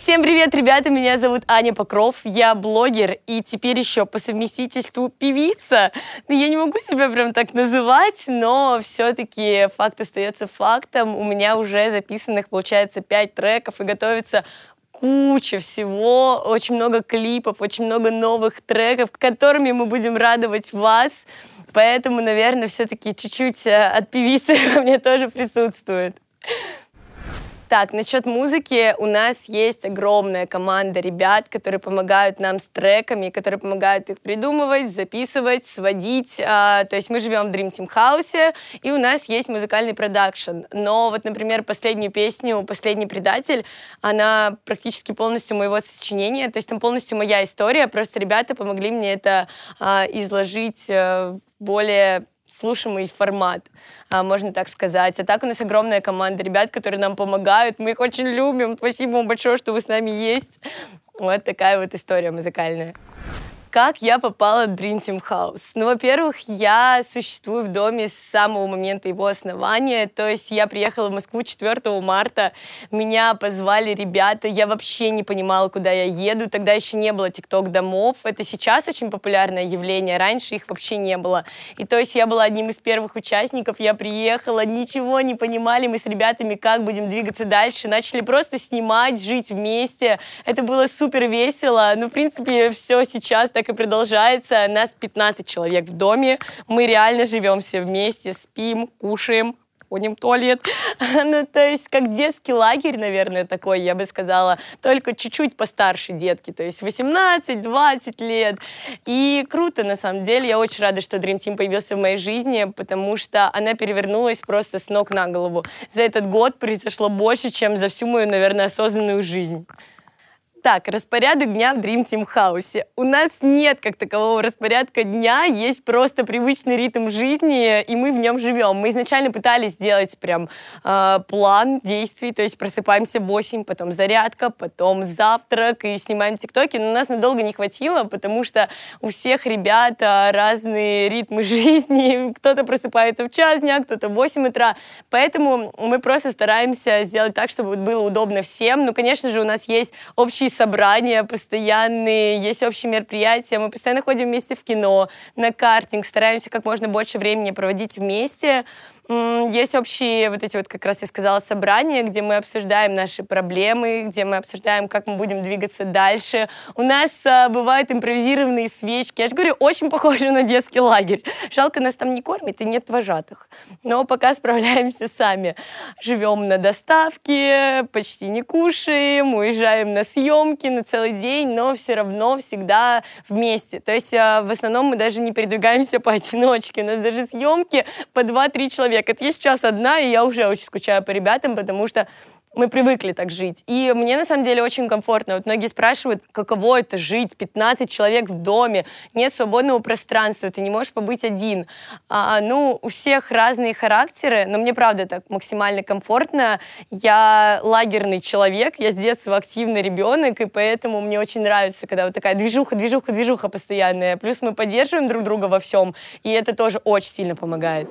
Всем привет, ребята! Меня зовут Аня Покров, я блогер и теперь еще по совместительству певица. Я не могу себя прям так называть, но все-таки факт остается фактом. У меня уже записанных, получается, 5 треков и готовится куча всего, очень много клипов, очень много новых треков, которыми мы будем радовать вас. Поэтому, наверное, все-таки чуть-чуть от певицы во мне тоже присутствует. Так, насчет музыки у нас есть огромная команда ребят, которые помогают нам с треками, которые помогают их придумывать, записывать, сводить. То есть мы живем в Dream Team House, и у нас есть музыкальный продакшн. Но вот, например, последнюю песню «Последний предатель», она практически полностью моего сочинения, то есть там полностью моя история, просто ребята помогли мне это изложить в более слушаемый формат, можно так сказать. А так у нас огромная команда ребят, которые нам помогают. Мы их очень любим. Спасибо вам большое, что вы с нами есть. Вот такая вот история музыкальная. Как я попала в Dream Team House? Ну, во-первых, я существую в доме с самого момента его основания. То есть я приехала в Москву 4 марта, меня позвали ребята, я вообще не понимала, куда я еду. Тогда еще не было TikTok-домов. Это сейчас очень популярное явление, раньше их вообще не было. И то есть я была одним из первых участников, я приехала, ничего не понимали мы с ребятами, как будем двигаться дальше. Начали просто снимать, жить вместе. Это было супер весело. Ну, в принципе, все сейчас так и продолжается. Нас 15 человек в доме. Мы реально живем все вместе, спим, кушаем, ходим в туалет. Ну, то есть, как детский лагерь, наверное, такой, я бы сказала, только чуть-чуть постарше детки, то есть 18-20 лет. И круто, на самом деле. Я очень рада, что Dream Team появился в моей жизни, потому что она перевернулась просто с ног на голову. За этот год произошло больше, чем за всю мою, наверное, осознанную жизнь. Так, распорядок дня в Dream Team House. У нас нет как такового распорядка дня, есть просто привычный ритм жизни, и мы в нем живем. Мы изначально пытались сделать прям план действий, то есть просыпаемся в 8, потом зарядка, потом завтрак и снимаем тиктоки, но нас надолго не хватило, потому что у всех ребят разные ритмы жизни, кто-то просыпается в час дня, кто-то в 8 утра, поэтому мы просто стараемся сделать так, чтобы было удобно всем. Ну, конечно же, у нас есть общие собрания постоянные, есть общие мероприятия, мы постоянно ходим вместе в кино, на картинг, стараемся как можно больше времени проводить вместе. Есть общие, вот эти вот, как раз я сказала, собрания, где мы обсуждаем наши проблемы, где мы обсуждаем, как мы будем двигаться дальше. У нас бывают импровизированные свечки. Я же говорю, очень похоже на детский лагерь. Жалко, нас там не кормят и нет вожатых. Но пока справляемся сами. Живем на доставке, почти не кушаем, уезжаем на съемки на целый день, но все равно всегда вместе. То есть в основном мы даже не передвигаемся поодиночке. У нас даже съемки по 2-3 человека. Это я сейчас одна, и я уже очень скучаю по ребятам, потому что мы привыкли так жить. И мне, на самом деле, очень комфортно. Вот многие спрашивают, каково это жить, 15 человек в доме, нет свободного пространства, ты не можешь побыть один. Ну, у всех разные характеры, но мне, правда, так максимально комфортно. Я лагерный человек, я с детства активный ребенок, и поэтому мне очень нравится, когда вот такая движуха постоянная. Плюс мы поддерживаем друг друга во всем, и это тоже очень сильно помогает.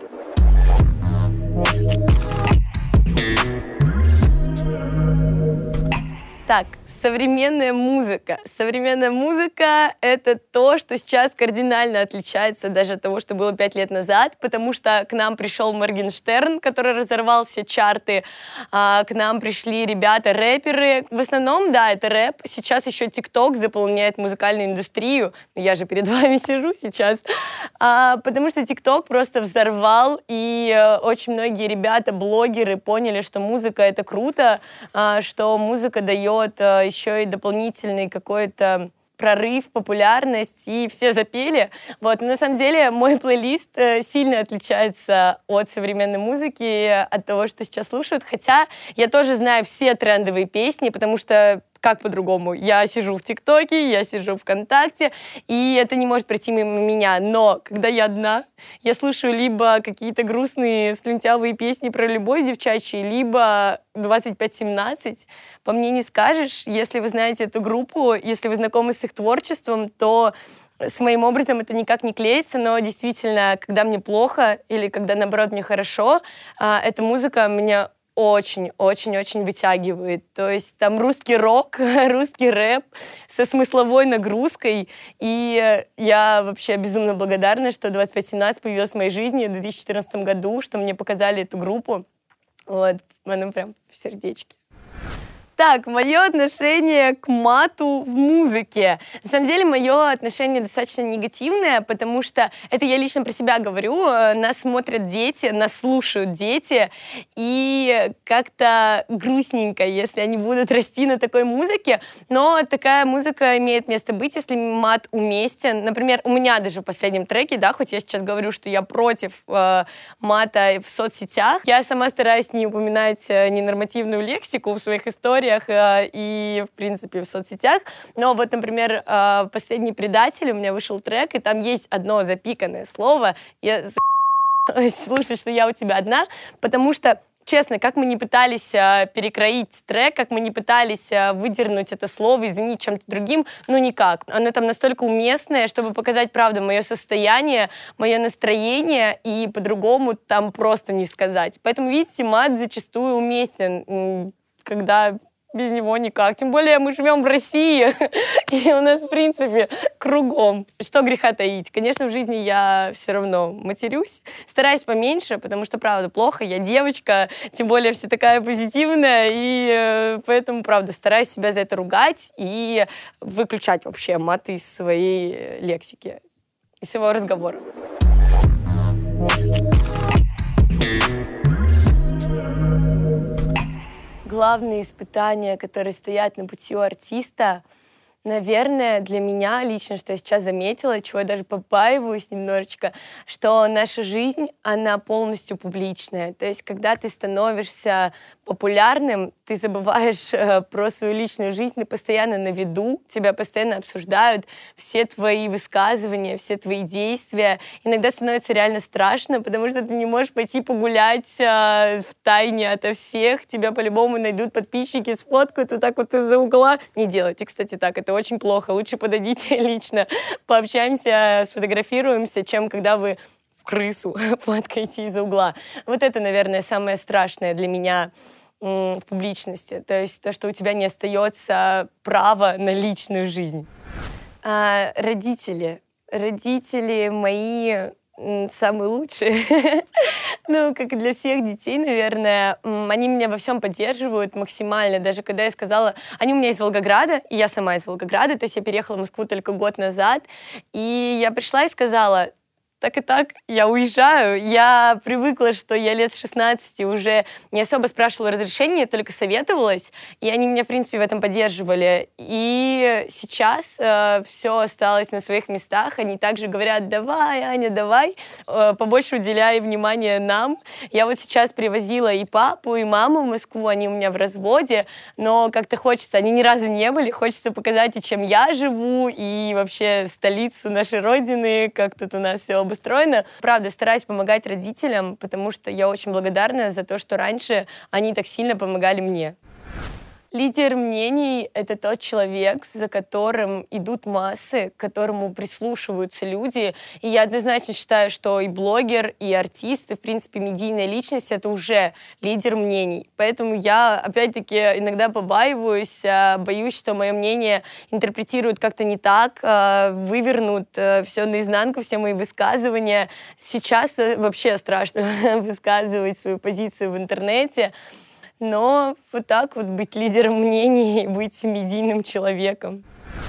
Так, современная музыка. Современная музыка — это то, что сейчас кардинально отличается даже от того, что было 5 лет назад, потому что к нам пришел Моргенштерн, который разорвал все чарты, к нам пришли ребята-рэперы. В основном, да, это рэп. Сейчас еще ТикТок заполняет музыкальную индустрию. Я же перед вами сижу сейчас. Потому что ТикТок просто взорвал, и очень многие ребята-блогеры поняли, что музыка — это круто, что музыка дает еще и дополнительный какой-то прорыв, популярность, и все запели. Вот. Но на самом деле мой плейлист сильно отличается от современной музыки, от того, что сейчас слушают, хотя я тоже знаю все трендовые песни, потому что как по-другому? Я сижу в ТикТоке, я сижу ВКонтакте, и это не может пройти мимо меня. Но когда я одна, я слушаю либо какие-то грустные, слюнтявые песни про любовь девчачьи, либо 2517. По мне не скажешь. Если вы знаете эту группу, если вы знакомы с их творчеством, то с моим образом это никак не клеится, но действительно, когда мне плохо или когда, наоборот, мне хорошо, эта музыка меня очень-очень-очень вытягивает. То есть там русский рок, русский рэп со смысловой нагрузкой. И я вообще безумно благодарна, что 2517 появилась в моей жизни в 2014 году, что мне показали эту группу. Вот, она прям в сердечке. Так, мое отношение к мату в музыке. На самом деле, мое отношение достаточно негативное, потому что, это я лично про себя говорю, нас смотрят дети, нас слушают дети, и как-то грустненько, если они будут расти на такой музыке, но такая музыка имеет место быть, если мат уместен. Например, у меня даже в последнем треке, да, хоть я сейчас говорю, что я против мата в соцсетях, я сама стараюсь не упоминать ненормативную лексику в своих историях, и, в принципе, в соцсетях. Но вот, например, «Последний предатель», у меня вышел трек, и там есть одно запиканное слово. Я слушай, что я у тебя одна, потому что, честно, как мы не пытались перекроить трек, как мы не пытались выдернуть это слово, извинить чем-то другим, ну никак. Оно там настолько уместное, чтобы показать, правда, мое состояние, мое настроение, и по-другому там просто не сказать. Поэтому, видите, мат зачастую уместен, когда без него никак. Тем более мы живем в России, и у нас, в принципе, кругом. Что греха таить? Конечно, в жизни я все равно матерюсь. Стараюсь поменьше, потому что, правда, плохо. Я девочка, тем более вся такая позитивная, и поэтому, правда, стараюсь себя за это ругать и выключать вообще мат из своей лексики, из своего разговора. Главные испытания, которые стоят на пути у артиста, наверное, для меня лично, что я сейчас заметила, чего я даже побаиваюсь немножечко, что наша жизнь, она полностью публичная. То есть, когда ты становишься популярным, ты забываешь про свою личную жизнь, ты постоянно на виду, тебя постоянно обсуждают, все твои высказывания, все твои действия. Иногда становится реально страшно, потому что ты не можешь пойти погулять в тайне ото всех, тебя по-любому найдут подписчики, сфоткают вот так вот из-за угла. Не делайте, кстати, так, это очень плохо. Лучше подойдите лично, пообщаемся, сфотографируемся, чем когда вы в крысу фоткаете из-за угла. Вот это, наверное, самое страшное для меня в публичности. То есть то, что у тебя не остается права на личную жизнь. Родители. Родители мои самые лучшие. Ну, как и для всех детей, наверное, они меня во всем поддерживают максимально. Даже когда я сказала... Они у меня из Волгограда, и я сама из Волгограда, то есть я переехала в Москву только год назад, и я пришла и сказала: так и так, я уезжаю. Я привыкла, что я лет с 16 уже не особо спрашивала разрешения, только советовалась, и они меня, в принципе, в этом поддерживали. И сейчас все осталось на своих местах. Они также говорят: давай, Аня, давай, побольше уделяй внимания нам. Я вот сейчас привозила и папу, и маму в Москву, они у меня в разводе, но как-то хочется, они ни разу не были, хочется показать, и чем я живу, и вообще столицу нашей родины, как тут у нас все обустроено. Правда, стараюсь помогать родителям, потому что я очень благодарна за то, что раньше они так сильно помогали мне. Лидер мнений — это тот человек, за которым идут массы, к которому прислушиваются люди. И я однозначно считаю, что и блогер, и артист, и, в принципе, медийная личность — это уже лидер мнений. Поэтому я, опять-таки, иногда побаиваюсь, боюсь, что мое мнение интерпретируют как-то не так, вывернут все наизнанку, все мои высказывания. Сейчас вообще страшно высказывать свою позицию в интернете. Но вот так вот быть лидером мнений и быть медийным человеком.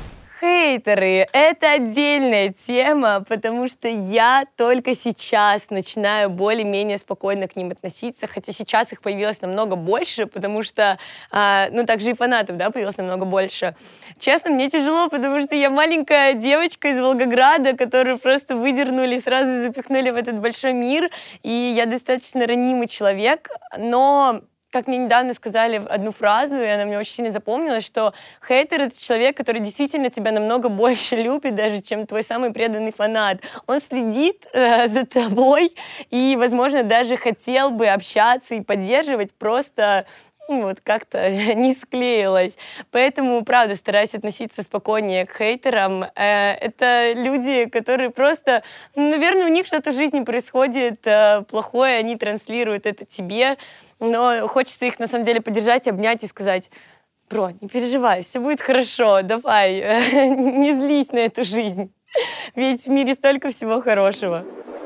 Хейтеры — это отдельная тема, потому что я только сейчас начинаю более-менее спокойно к ним относиться, хотя сейчас их появилось намного больше, потому что, также и фанатов, да, появилось намного больше. Честно, мне тяжело, потому что я маленькая девочка из Волгограда, которую просто выдернули и сразу запихнули в этот большой мир, и я достаточно ранимый человек, но... Как мне недавно сказали одну фразу, и она мне очень сильно запомнилась, что хейтер — это человек, который действительно тебя намного больше любит, даже, чем твой самый преданный фанат. Он следит за тобой и, возможно, даже хотел бы общаться и поддерживать, просто... вот как-то не склеилось. Поэтому, правда, стараюсь относиться спокойнее к хейтерам. Это люди, которые просто... наверное, у них что-то в жизни происходит плохое, они транслируют это тебе. но хочется их, на самом деле, поддержать, обнять и сказать: бро, не переживай, все будет хорошо, давай, не злись на эту жизнь, ведь в мире столько всего хорошего.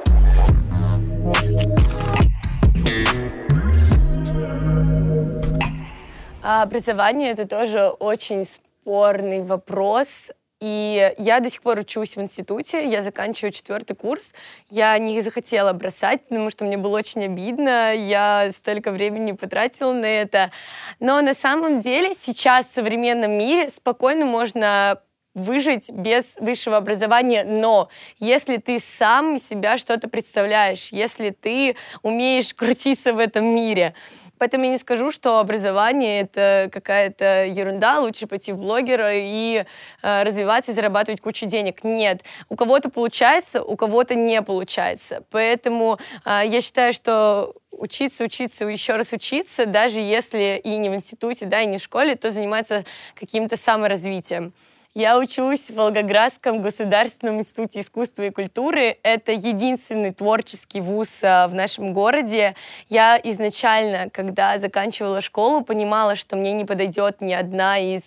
А образование — это тоже очень спорный вопрос. И я до сих пор учусь в институте, я заканчиваю 4-й курс. Я не захотела бросать, потому что мне было очень обидно. Я столько времени потратила на это. Но на самом деле сейчас в современном мире спокойно можно выжить без высшего образования, но если ты сам из себя что-то представляешь, если ты умеешь крутиться в этом мире. Поэтому я не скажу, что образование — это какая-то ерунда, лучше пойти в блогера и развиваться и зарабатывать кучу денег. Нет, у кого-то получается, у кого-то не получается. Поэтому я считаю, что учиться, еще раз учиться, даже если и не в институте, да, и не в школе, то заниматься каким-то саморазвитием. Я учусь в Волгоградском государственном институте искусства и культуры. Это единственный творческий вуз в нашем городе. Я изначально, когда заканчивала школу, понимала, что мне не подойдет ни одна из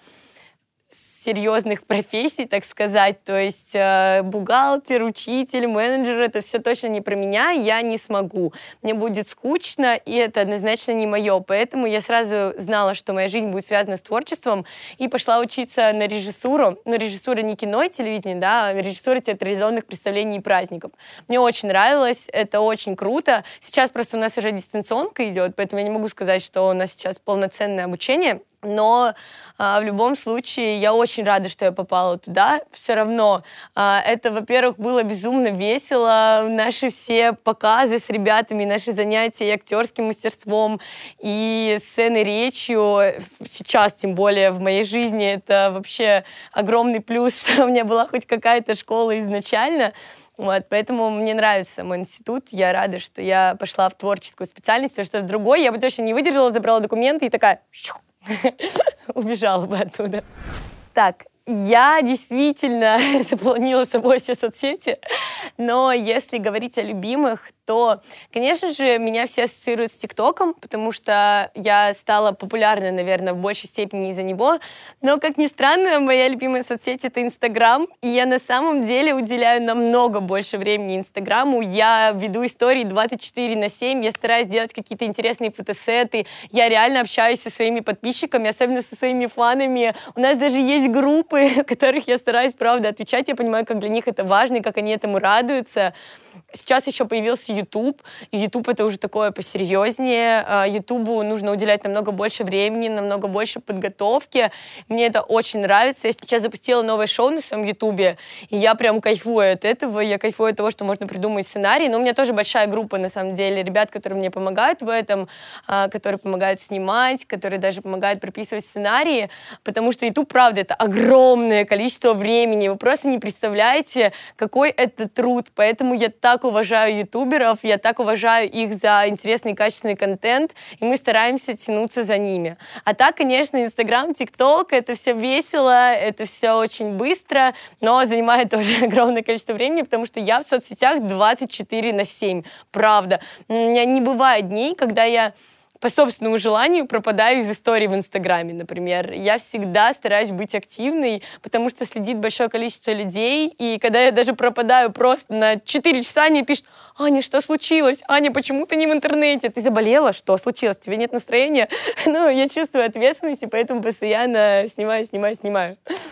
серьезных профессий, так сказать, то есть бухгалтер, учитель, менеджер, это все точно не про меня, я не смогу. Мне будет скучно, и это однозначно не мое, поэтому я сразу знала, что моя жизнь будет связана с творчеством, и пошла учиться на режиссуру. Но режиссура не кино и телевидение, да, а режиссура театрализованных представлений и праздников. Мне очень нравилось, это очень круто. Сейчас просто у нас уже дистанционка идет, поэтому я не могу сказать, что у нас сейчас полноценное обучение. Но в любом случае я очень рада, что я попала туда. Все равно это, во-первых, было безумно весело. Наши все показы с ребятами, наши занятия и актерским мастерством, и сцены речью. Сейчас, тем более, в моей жизни это вообще огромный плюс, что у меня была хоть какая-то школа изначально. Вот, поэтому мне нравится мой институт. Я рада, что я пошла в творческую специальность, потому что в другой я бы точно не выдержала, забрала документы и такая... убежала бы оттуда. Так, я действительно заполонила собой все соцсети, но если говорить о любимых, то, конечно же, меня все ассоциируют с ТикТоком, потому что я стала популярной, наверное, в большей степени из-за него. Но, как ни странно, моя любимая соцсеть — это Инстаграм, и я на самом деле уделяю намного больше времени Инстаграму. Я веду истории 24/7, я стараюсь делать какие-то интересные фотосеты, я реально общаюсь со своими подписчиками, особенно со своими фанами. У нас даже есть группы, в которых я стараюсь, правда, отвечать. Я понимаю, как для них это важно и как они этому радуются. Сейчас еще появился YouTube, и YouTube — это уже такое посерьезнее. YouTube нужно уделять намного больше времени, намного больше подготовки. Мне это очень нравится. Я сейчас запустила новое шоу на своем YouTube, и я прям кайфую от этого. Я кайфую от того, что можно придумать сценарий. Но у меня тоже большая группа, на самом деле, ребят, которые мне помогают в этом, которые помогают снимать, которые даже помогают прописывать сценарии, потому что YouTube, правда, это огромное количество времени. Вы просто не представляете, какой это труд. Поэтому я так уважаю ютуберов, я так уважаю их за интересный и качественный контент, и мы стараемся тянуться за ними. А так, конечно, Инстаграм, ТикТок — это все весело, это все очень быстро, но занимает тоже огромное количество времени, потому что я в соцсетях 24/7, правда. У меня не бывает дней, когда я по собственному желанию пропадаю из истории в Инстаграме, например. Я всегда стараюсь быть активной, потому что следит большое количество людей, и когда я даже пропадаю просто на 4 часа, они пишут: «Аня, что случилось? Аня, почему ты не в интернете? Ты заболела? Что случилось? Тебе нет настроения?» Ну, я чувствую ответственность, и поэтому постоянно снимаю.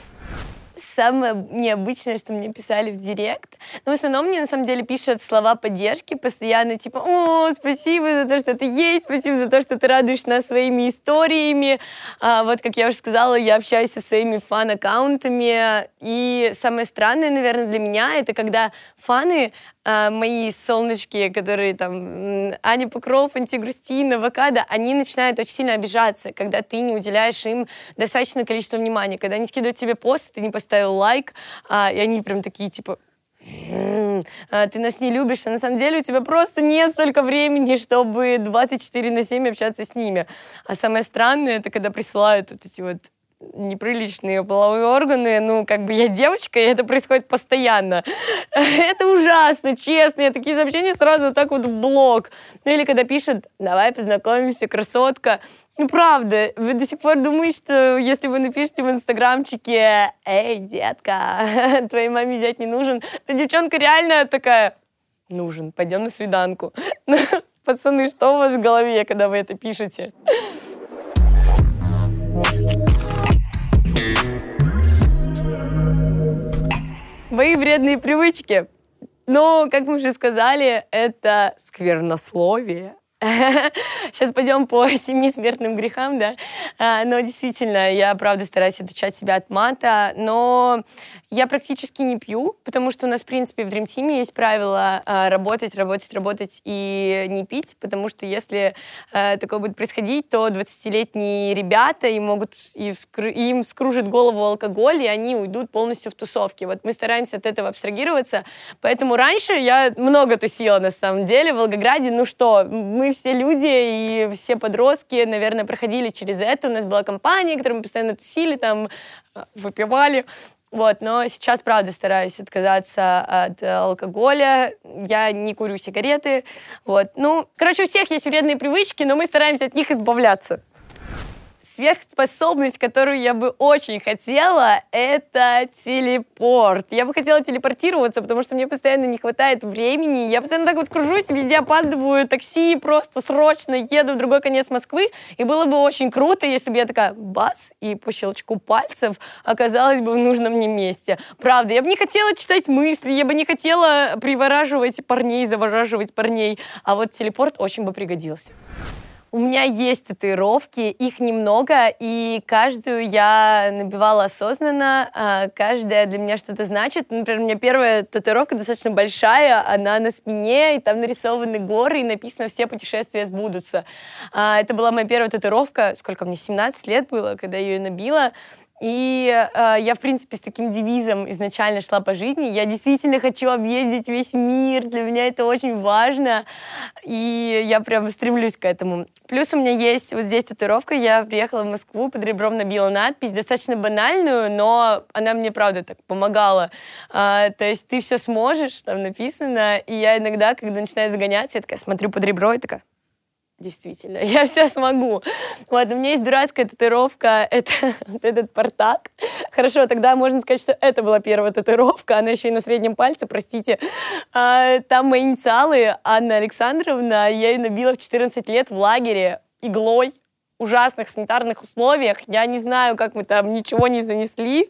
Самое необычное, что мне писали в директ. Но в основном мне, на самом деле, пишут слова поддержки постоянно, типа: «О, спасибо за то, что ты есть, спасибо за то, что ты радуешь нас своими историями». Вот, как я уже сказала, я общаюсь со своими фан-аккаунтами. И самое странное, наверное, для меня — это когда фаны, мои солнышки, которые там Аня Покров, Антигрустин, Авокадо, они начинают очень сильно обижаться, когда ты не уделяешь им достаточное количество внимания, когда они скидывают тебе пост, ты не поставил лайк, и они прям такие типа: ты нас не любишь, а на самом деле у тебя просто нет столько времени, чтобы 24/7 общаться с ними. А самое странное — это когда присылают вот эти вот неприличные половые органы, ну, как бы я девочка, и это происходит постоянно. Это ужасно, честно. Я такие сообщения сразу так вот в блог. Ну, или когда пишут: давай познакомимся, красотка. Ну, правда, вы до сих пор думаете, что если вы напишете в инстаграмчике: эй, детка, твоей маме зять не нужен, то девчонка реально такая: нужен, пойдем на свиданку. Пацаны, что у вас в голове, когда вы это пишете? Мои вредные привычки. Но, как мы уже сказали, это сквернословие. Сейчас пойдем по 7 смертным грехам, да? Но действительно, я, правда, стараюсь отучать себя от мата, но я практически не пью, потому что у нас, в принципе, в Dream Team есть правило работать и не пить, потому что если такое будет происходить, то 20-летние ребята им вскружит голову алкоголь, и они уйдут полностью в тусовки. Вот мы стараемся от этого абстрагироваться, поэтому раньше я много тусила, на самом деле, в Волгограде. Ну что, мы все люди и все подростки, наверное, проходили через это. У нас была компания, которой мы постоянно тусили, там, выпивали. Вот, но сейчас, правда, стараюсь отказаться от алкоголя. Я не курю сигареты. Вот. Ну, короче, у всех есть вредные привычки, но мы стараемся от них избавляться. Сверхспособность, которую я бы очень хотела, это телепорт. Я бы хотела телепортироваться, потому что мне постоянно не хватает времени. Я постоянно так вот кружусь, везде опаздываю, такси, просто срочно еду в другой конец Москвы. И было бы очень круто, если бы я такая бац, и по щелчку пальцев оказалась бы в нужном мне месте. Правда, я бы не хотела читать мысли, я бы не хотела привораживать парней, завораживать парней. А вот телепорт очень бы пригодился. У меня есть татуировки, их немного, и каждую я набивала осознанно, каждая для меня что-то значит. Например, у меня первая татуировка достаточно большая, она на спине, и там нарисованы горы, и написано «Все путешествия сбудутся». Это была моя первая татуировка, сколько мне, 17 лет было, когда я ее набила. И я, в принципе, с таким девизом изначально шла по жизни. Я действительно хочу объездить весь мир. Для меня это очень важно. И я прям стремлюсь к этому. Плюс у меня есть вот здесь татуировка. Я приехала в Москву, под ребром набила надпись, достаточно банальную, но она мне, правда, так помогала. То есть ты все сможешь, там написано. И я иногда, когда начинаю загоняться, я такая смотрю под ребро и такая: действительно, я все смогу. Вот, у меня есть дурацкая татуировка, это вот этот Спартак. Хорошо, тогда можно сказать, что это была первая татуировка, она еще и на среднем пальце, простите. Там мои инициалы, Анна Александровна, я ее набила в 14 лет в лагере иглой, в ужасных санитарных условиях. Я не знаю, как мы там ничего не занесли,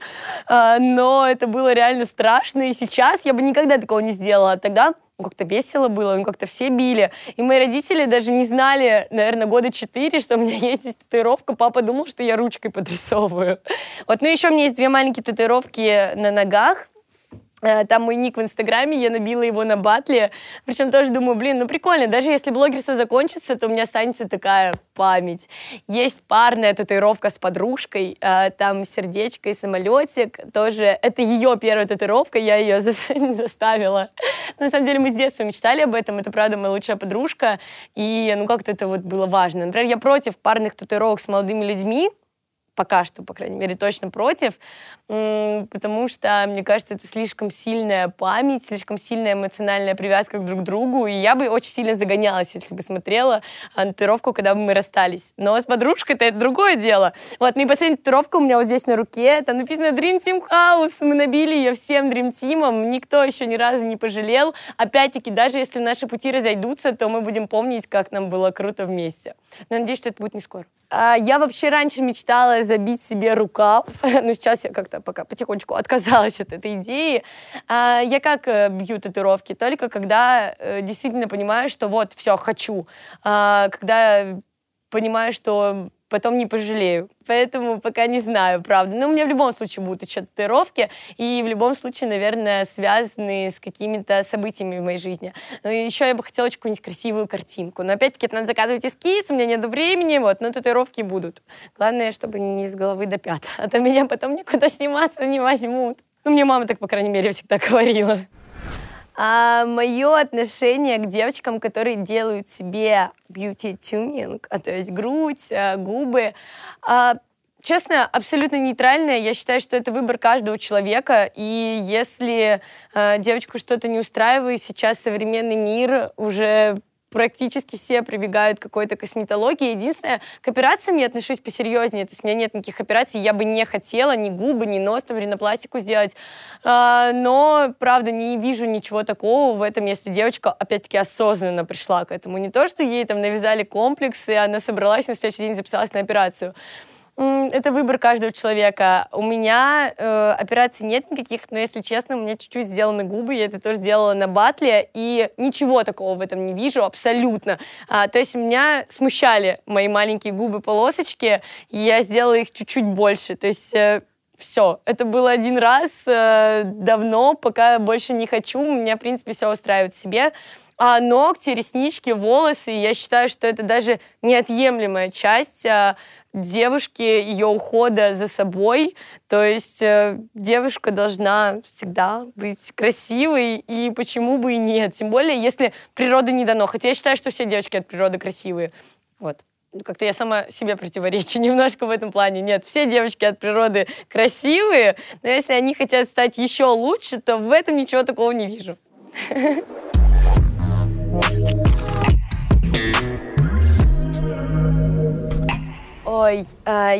но это было реально страшно, и сейчас я бы никогда такого не сделала. А тогда как-то весело было, как-то все били. И мои родители даже не знали, наверное, года 4, что у меня есть здесь татуировка. Папа думал, что я ручкой подрисовываю. Вот, ну еще у меня есть 2 маленькие татуировки на ногах. Там мой ник в Инстаграме, я набила его на батле. Причем тоже думаю, ну прикольно, даже если блогерство закончится, то у меня останется такая память. Есть парная татуировка с подружкой, там сердечко и самолетик. Тоже это ее первая татуировка, я ее заставила. Но, на самом деле мы с детства мечтали об этом, это правда моя лучшая подружка. И как-то это вот было важно. Например, я против парных татуировок с молодыми людьми. Пока что, по крайней мере, точно против, потому что, мне кажется, это слишком сильная память, слишком сильная эмоциональная привязка друг к другу, и я бы очень сильно загонялась, если бы смотрела на татуировку, когда бы мы расстались. Но с подружкой-то это другое дело. Вот, ну и последняя татуировка у меня вот здесь на руке, там написано Dream Team House, мы набили ее всем Dream Team'ом, никто еще ни разу не пожалел. Опять-таки, даже если наши пути разойдутся, то мы будем помнить, как нам было круто вместе. Но надеюсь, что это будет не скоро. Я вообще раньше мечтала забить себе рукав, но сейчас я как-то пока потихонечку отказалась от этой идеи. Я как бью татуировки? Только когда действительно понимаю, что вот, все, хочу. Когда понимаю, что потом не пожалею. Поэтому пока не знаю, правда. Но у меня в любом случае будут еще татуировки, и в любом случае, наверное, связанные с какими-то событиями в моей жизни. Но еще я бы хотела очень какую-нибудь красивую картинку. Но опять-таки это надо заказывать эскиз, у меня нет времени, вот, но татуировки будут. Главное, чтобы не с головы до пят, а то меня потом никуда сниматься не возьмут. Ну, мне мама так, по крайней мере, всегда говорила. Мое отношение к девочкам, которые делают себе бьюти-тюнинг, то есть грудь, губы, честно, абсолютно нейтральная. Я считаю, что это выбор каждого человека. И если девочку что-то не устраивает, сейчас современный мир уже практически все прибегают к какой-то косметологии. Единственное, к операциям я отношусь посерьезнее. То есть у меня нет никаких операций, я бы не хотела ни губы, ни нос, там, ринопластику сделать. Но, правда, не вижу ничего такого в этом, если девочка, опять-таки, осознанно пришла к этому. Не то, что ей там навязали комплекс, и она собралась на следующий день записалась на операцию. Это выбор каждого человека. У меня операций нет никаких, но, если честно, у меня чуть-чуть сделаны губы, я это тоже делала на батле, и ничего такого в этом не вижу абсолютно. То есть меня смущали мои маленькие губы-полосочки, и я сделала их чуть-чуть больше. То есть все, это было один раз давно, пока больше не хочу, меня, в принципе, все устраивает в себе. А ногти, реснички, волосы, я считаю, что это даже неотъемлемая часть девушки, ее ухода за собой. То есть девушка должна всегда быть красивой, и почему бы и нет. Тем более, если природа не дано. Хотя я считаю, что все девочки от природы красивые. Вот. Как-то я сама себе противоречу немножко в этом плане. Нет, все девочки от природы красивые, но если они хотят стать еще лучше, то в этом ничего такого не вижу. Ой,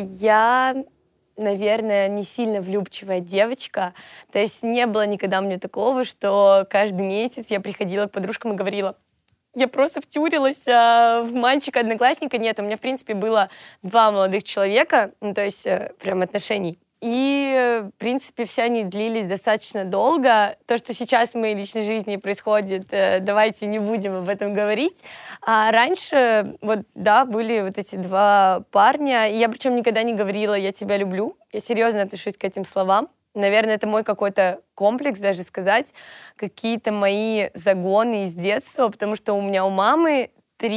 я, наверное, не сильно влюбчивая девочка. То есть не было никогда у меня такого, что каждый месяц я приходила к подружкам и говорила: я просто втюрилась в мальчика-одноклассника. Нет, у меня, в принципе, было 2 молодых человека, ну, то есть прям отношений. И, в принципе, все они длились достаточно долго. То, что сейчас в моей личной жизни происходит, давайте не будем об этом говорить. А раньше, вот, да, были вот эти 2 парня. И я причем никогда не говорила «я тебя люблю». Я серьезно отношусь к этим словам. Наверное, это мой какой-то комплекс, даже сказать, какие-то мои загоны из детства, потому что у меня у мамы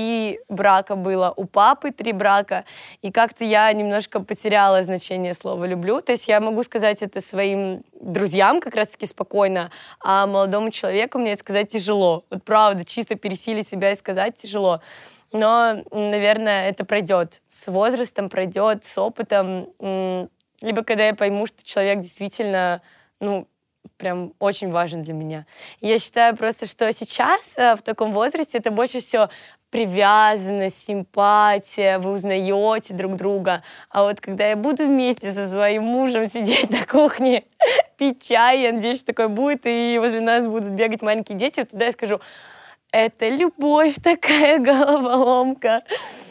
3 брака было, у папы 3 брака, и как-то я немножко потеряла значение слова «люблю». То есть я могу сказать это своим друзьям как раз-таки спокойно, а молодому человеку мне это сказать тяжело. Вот правда, чисто пересилить себя и сказать тяжело. Но, наверное, это пройдет. С возрастом пройдет, с опытом. Либо когда я пойму, что человек действительно, ну, прям очень важен для меня. И я считаю просто, что сейчас, в таком возрасте, это больше всего привязанность, симпатия, вы узнаете друг друга. А вот когда я буду вместе со своим мужем сидеть на кухне, пить чай, я надеюсь, что такое будет, и возле нас будут бегать маленькие дети, вот тогда я скажу: это любовь, такая головоломка.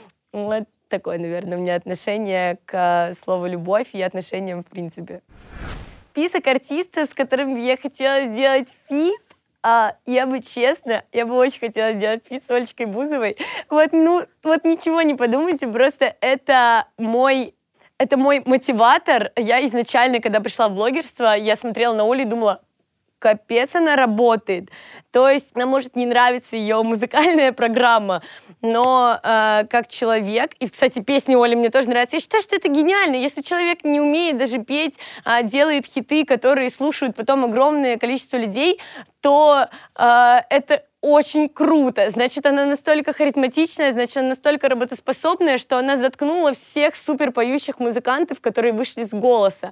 Вот такое, наверное, у меня отношение к слову «любовь» и отношениям в принципе. Список артистов, с которыми я хотела сделать фит, я бы очень хотела сделать фит с Олечкой Бузовой. Вот ничего не подумайте, просто это мой мотиватор. Я изначально, когда пришла в блогерство, я смотрела на Олю и думала: капец, она работает. То есть нам может не нравиться ее музыкальная программа, но как человек, и, кстати, песни Оли мне тоже нравятся, я считаю, что это гениально. Если человек не умеет даже петь, делает хиты, которые слушают потом огромное количество людей, то это очень круто. Значит, она настолько харизматичная, значит, она настолько работоспособная, что она заткнула всех суперпоющих музыкантов, которые вышли с «Голоса».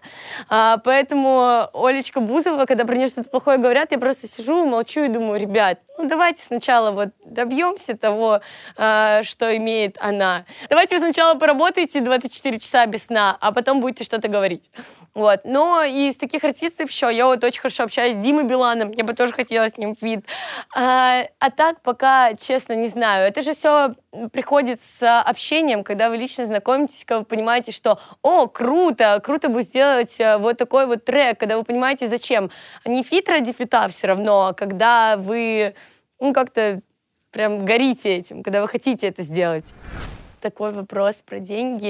Поэтому Олечка Бузова, когда про нее что-то плохое говорят, я просто сижу, молчу и думаю: ребят, ну давайте сначала вот добьемся того, что имеет она. Давайте вы сначала поработаете 24 часа без сна, а потом будете что-то говорить. Вот. Но из таких артистов еще я вот очень хорошо общаюсь с Димой Биланом, я бы тоже хотела с ним фит. А так пока, честно, не знаю. Это же все приходит с общением, когда вы лично знакомитесь, когда вы понимаете, что круто бы сделать вот такой вот трек, когда вы понимаете, зачем. Не фит ради фита все равно, а когда вы как-то прям горите этим, когда вы хотите это сделать. Такой вопрос про деньги.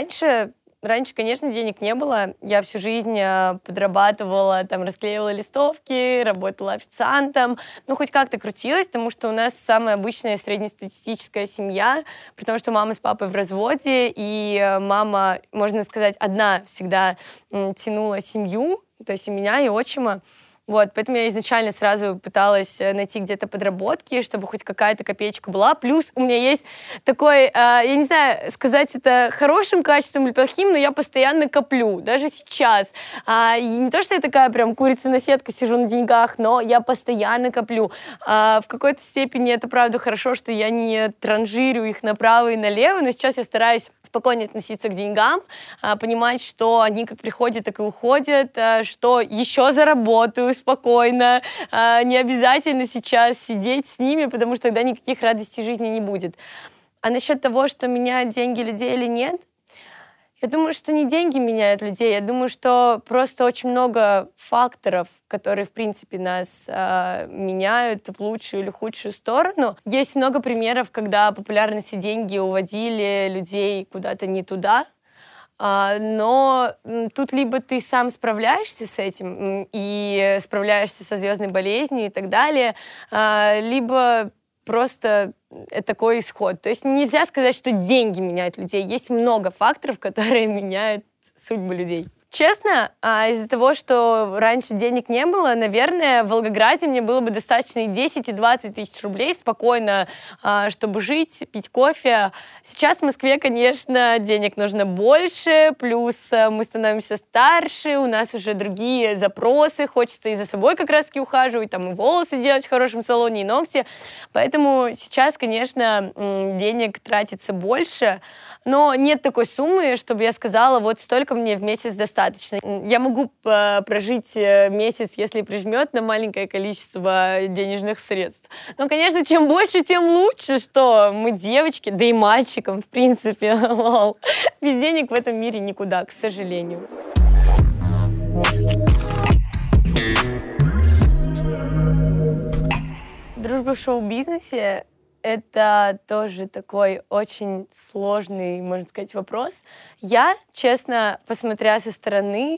Раньше, конечно, денег не было. Я всю жизнь подрабатывала, там, расклеивала листовки, работала официантом. Ну, хоть как-то крутилась, потому что у нас самая обычная среднестатистическая семья, при том, что мама с папой в разводе, и мама, можно сказать, одна всегда тянула семью, то есть и меня, и отчима. Вот, поэтому я изначально сразу пыталась найти где-то подработки, чтобы хоть какая-то копеечка была. Плюс у меня есть такой, я не знаю, сказать это хорошим качеством или плохим, но я постоянно коплю, даже сейчас. И не то, что я такая прям курица на сетке, сижу на деньгах, но я постоянно коплю. В какой-то степени это, правда, хорошо, что я не транжирю их направо и налево, но сейчас я стараюсь спокойно относиться к деньгам, понимать, что они как приходят, так и уходят, что еще заработаю спокойно, не обязательно сейчас сидеть с ними, потому что тогда никаких радостей жизни не будет. А насчет того, что меняют деньги людей или нет, я думаю, что не деньги меняют людей, я думаю, что просто очень много факторов, которые, в принципе, нас меняют в лучшую или худшую сторону. Есть много примеров, когда популярность и деньги уводили людей куда-то не туда, но тут либо ты сам справляешься с этим и справляешься со звездной болезнью и так далее, либо просто такой исход. То есть нельзя сказать, что деньги меняют людей. Есть много факторов, которые меняют судьбы людей. Честно, из-за того, что раньше денег не было, наверное, в Волгограде мне было бы достаточно и 10, и 20 тысяч рублей спокойно, чтобы жить, пить кофе. Сейчас в Москве, конечно, денег нужно больше, плюс мы становимся старше, у нас уже другие запросы, хочется и за собой как раз-таки ухаживать, там и волосы делать в хорошем салоне, и ногти. Поэтому сейчас, конечно, денег тратится больше, но нет такой суммы, чтобы я сказала, вот столько мне в месяц достаточно. Я могу прожить месяц, если прижмет, на маленькое количество денежных средств. Но, конечно, чем больше, тем лучше, что мы девочки, да и мальчикам, в принципе, лол. Без денег в этом мире никуда, к сожалению. Дружба в шоу-бизнесе — это тоже такой очень сложный, можно сказать, вопрос. Я, честно, посмотря со стороны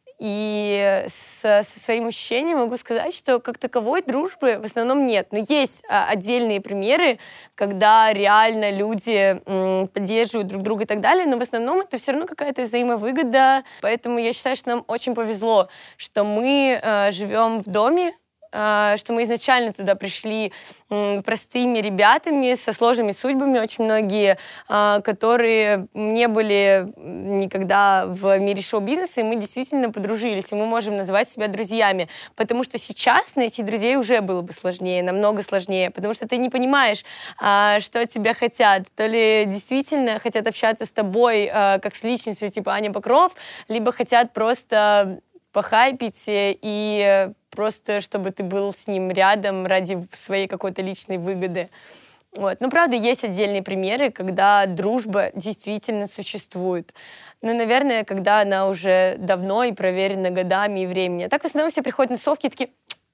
и со своим ощущением, могу сказать, что как таковой дружбы в основном нет. Но есть отдельные примеры, когда реально люди поддерживают друг друга и так далее, но в основном это все равно какая-то взаимовыгода. Поэтому я считаю, что нам очень повезло, что мы живем в доме, что мы изначально туда пришли простыми ребятами со сложными судьбами, очень многие, которые не были никогда в мире шоу-бизнеса, и мы действительно подружились, и мы можем называть себя друзьями, потому что сейчас найти друзей уже было бы сложнее, намного сложнее, потому что ты не понимаешь, что от тебя хотят, то ли действительно хотят общаться с тобой как с личностью типа Аня Покров, либо хотят просто похайпить и просто чтобы ты был с ним рядом ради своей какой-то личной выгоды. Вот. Но, правда, есть отдельные примеры, когда дружба действительно существует. Но, наверное, когда она уже давно и проверена годами и временем. А так в основном все приходят на совки и такие...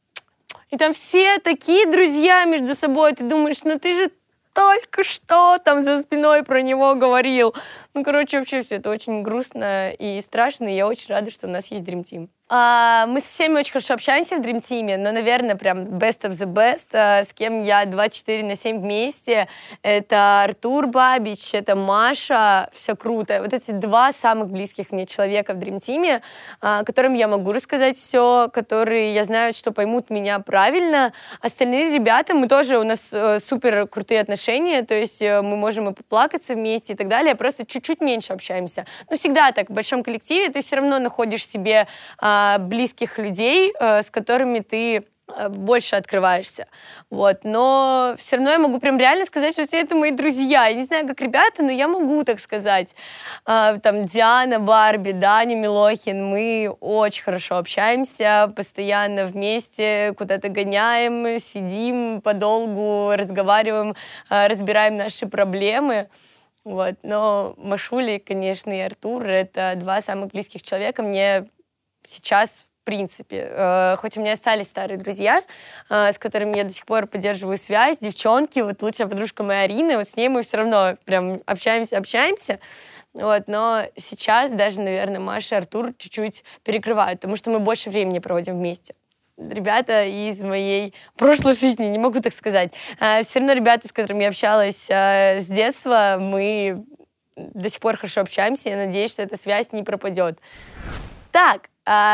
И там все такие друзья между собой. Ты думаешь, ну ты же только что там за спиной про него говорил. Ну, короче, вообще все это очень грустно и страшно. И я очень рада, что у нас есть Dream Team. Мы со всеми очень хорошо общаемся в Dream Team, но, наверное, прям best of the best, с кем я 24/7 вместе, это Артур Бабич, это Маша, все круто. Вот эти два самых близких мне человека в Dream Team, которым я могу рассказать все, которые я знаю, что поймут меня правильно. Остальные ребята, мы тоже, у нас супер крутые отношения, то есть мы можем и поплакаться вместе и так далее, просто чуть-чуть меньше общаемся. Но всегда так, в большом коллективе ты все равно находишь себе близких людей, с которыми ты больше открываешься. Вот. Но все равно я могу прям реально сказать, что все это мои друзья. Я не знаю, как ребята, но я могу так сказать. Там Диана, Барби, Даня Милохин, мы очень хорошо общаемся, постоянно вместе куда-то гоняем, сидим подолгу, разговариваем, разбираем наши проблемы. Вот. Но Машуля, конечно, и Артур — это два самых близких человека мне сейчас, в принципе. Хоть у меня остались старые друзья, с которыми я до сих пор поддерживаю связь, девчонки, вот лучшая подружка моя Арина, вот с ней мы все равно прям общаемся. Вот, но сейчас даже, наверное, Маша и Артур чуть-чуть перекрывают, потому что мы больше времени проводим вместе. Ребята из моей прошлой жизни, не могу так сказать. Все равно ребята, с которыми я общалась с детства, мы до сих пор хорошо общаемся, я надеюсь, что эта связь не пропадет. Так,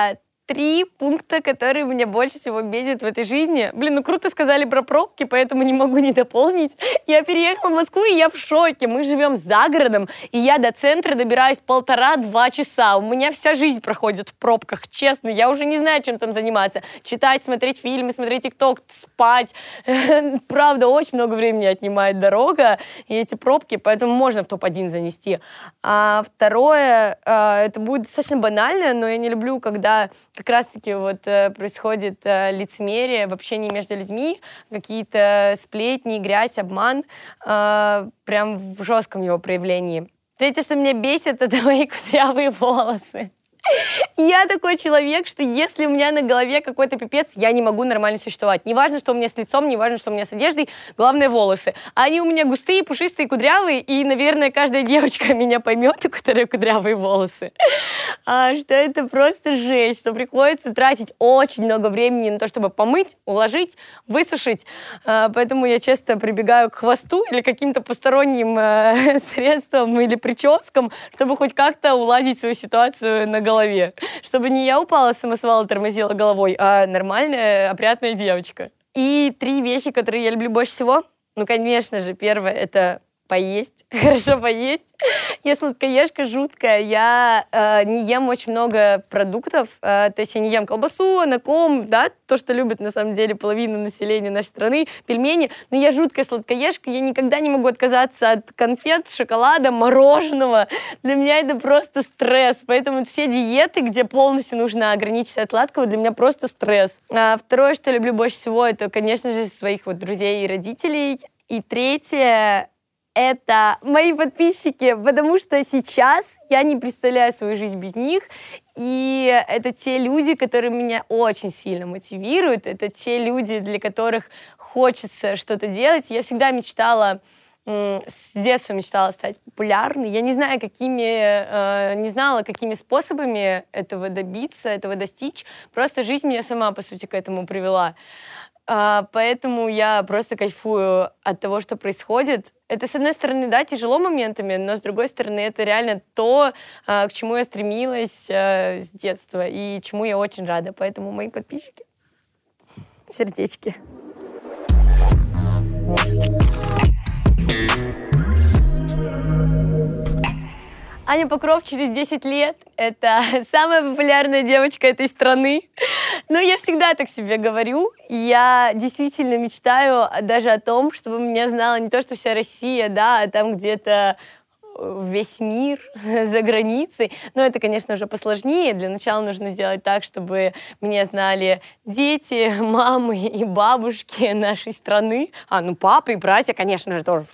3 пункта, которые меня больше всего бесит в этой жизни. Блин, ну круто сказали про пробки, поэтому не могу не дополнить. Я переехала в Москву, и я в шоке. Мы живем за городом, и я до центра добираюсь 1,5-2 часа. У меня вся жизнь проходит в пробках, честно. Я уже не знаю, чем там заниматься. Читать, смотреть фильмы, смотреть ТикТок, спать. Правда, очень много времени отнимает дорога и эти пробки, поэтому можно в топ-1 занести. А второе, это будет достаточно банально, но я не люблю, когда как раз-таки вот происходит лицемерие в общении между людьми, какие-то сплетни, грязь, обман, прям в жестком его проявлении. Третье, что меня бесит, это мои кудрявые волосы. Я такой человек, что если у меня на голове какой-то пипец, я не могу нормально существовать. Неважно, что у меня с лицом, неважно, что у меня с одеждой, главное волосы. Они у меня густые, пушистые, кудрявые, и, наверное, каждая девочка меня поймет, у которой кудрявые волосы. Что это просто жесть, что приходится тратить очень много времени на то, чтобы помыть, уложить, высушить. Поэтому я часто прибегаю к хвосту или каким-то посторонним средствам или прическам, чтобы хоть как-то уладить свою ситуацию на голове. Чтобы не я упала с самосвала, тормозила головой, а нормальная, опрятная девочка. И 3 вещи, которые я люблю больше всего. Ну, конечно же, первое — это поесть, хорошо поесть. Я сладкоежка жуткая, я не ем очень много продуктов, то есть я не ем колбасу, анаком, да, то, что любит на самом деле половина населения нашей страны, пельмени, но я жуткая сладкоежка, я никогда не могу отказаться от конфет, шоколада, мороженого. Для меня это просто стресс, поэтому все диеты, где полностью нужно ограничиться от сладкого, для меня просто стресс. Второе, что я люблю больше всего, это, конечно же, своих вот друзей и родителей. И третье — это мои подписчики, потому что сейчас я не представляю свою жизнь без них, и это те люди, которые меня очень сильно мотивируют, это те люди, для которых хочется что-то делать. Я всегда мечтала, с детства мечтала стать популярной. Я не знаю, не знала, какими способами этого добиться, этого достичь. Просто жизнь меня сама, по сути, к этому привела. Поэтому я просто кайфую от того, что происходит. Это, с одной стороны, да, тяжело моментами, но, с другой стороны, это реально то, к чему я стремилась с детства и чему я очень рада. Поэтому мои подписчики, сердечки. Аня Покров через 10 лет — это самая популярная девочка этой страны. Но я всегда так себе говорю. Я действительно мечтаю даже о том, чтобы меня знала не то, что вся Россия, да, а там где-то весь мир за границей. Но это, конечно, уже посложнее. Для начала нужно сделать так, чтобы меня знали дети, мамы и бабушки нашей страны. Ну папы и братья, конечно же, тоже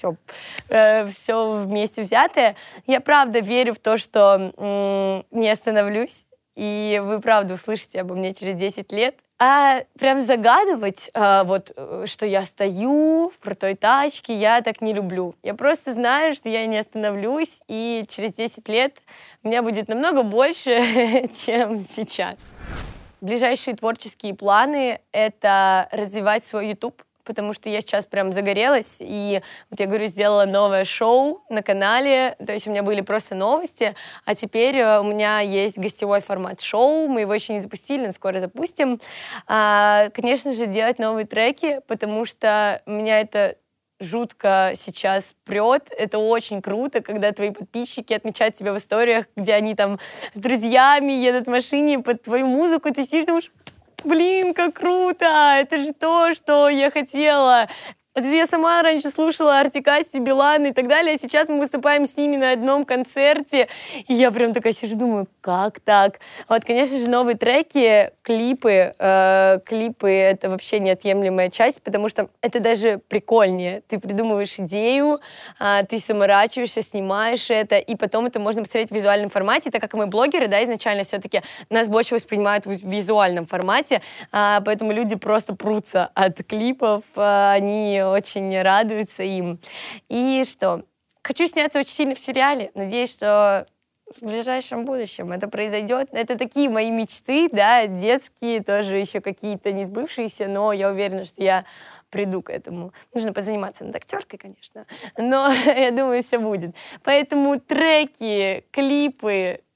все вместе взятое. Я правда верю в то, что не остановлюсь, и вы правда услышите обо мне через 10 лет. А прям загадывать, что я стою в крутой тачке, я так не люблю. Я просто знаю, что я не остановлюсь, и через 10 лет у меня будет намного больше, чем сейчас. Ближайшие творческие планы — это развивать свой YouTube, потому что я сейчас прям загорелась, и вот я говорю, сделала новое шоу на канале, то есть у меня были просто новости, а теперь у меня есть гостевой формат шоу, мы его еще не запустили, но скоро запустим. Конечно же, делать новые треки, потому что меня это жутко сейчас прет. Это очень круто, когда твои подписчики отмечают тебя в историях, где они там с друзьями едут в машине под твою музыку, и ты сидишь и думаешь: блин, как круто! Это же то, что я хотела. Это же я сама раньше слушала Артик Асти, Билана и так далее, а сейчас мы выступаем с ними на одном концерте. И я прям такая сижу, думаю, как так? Вот, конечно же, новые треки, клипы. Клипы — это вообще неотъемлемая часть, потому что это даже прикольнее. Ты придумываешь идею, ты заморачиваешься, снимаешь это, и потом это можно посмотреть в визуальном формате, так как мы блогеры, да, изначально все-таки нас больше воспринимают в визуальном формате, поэтому люди просто прутся от клипов, они очень радуются им. И что? Хочу сняться очень сильно в сериале. Надеюсь, что в ближайшем будущем это произойдет. Это такие мои мечты, да, детские, тоже еще какие-то не сбывшиеся, но я уверена, что я приду к этому. Нужно позаниматься над актеркой, конечно, но я думаю, все будет. Поэтому треки, клипы,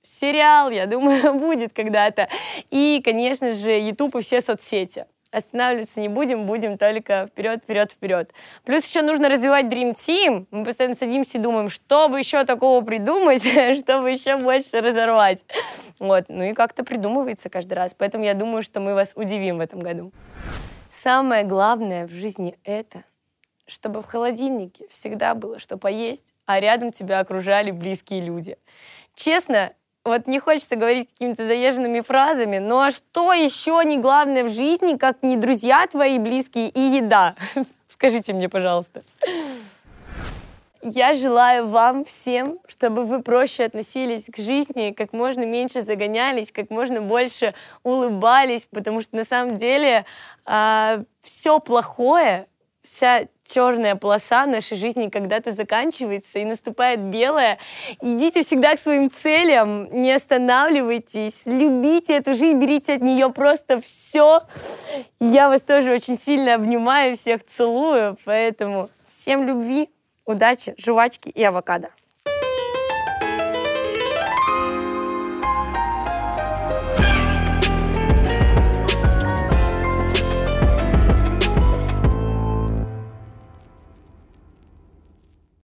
сериал, я думаю, будет когда-то. И, конечно же, YouTube и все соцсети. Останавливаться не будем, будем только вперед, вперед, вперед. Плюс еще нужно развивать Dream Team. Мы постоянно садимся и думаем, что бы еще такого придумать, чтобы еще больше разорвать. Вот. Ну и как-то придумывается каждый раз. Поэтому я думаю, что мы вас удивим в этом году. Самое главное в жизни это, чтобы в холодильнике всегда было что поесть, а рядом тебя окружали близкие люди. Честно, вот не хочется говорить какими-то заезженными фразами, но а что еще не главное в жизни, как не друзья твои близкие и еда? Скажите мне, пожалуйста. Я желаю вам всем, чтобы вы проще относились к жизни, как можно меньше загонялись, как можно больше улыбались, потому что на самом деле все плохое, вся черная полоса нашей жизни когда-то заканчивается и наступает белая. Идите всегда к своим целям, не останавливайтесь, любите эту жизнь, берите от нее просто все. Я вас тоже очень сильно обнимаю, всех целую, поэтому всем любви, удачи, жвачки и авокадо.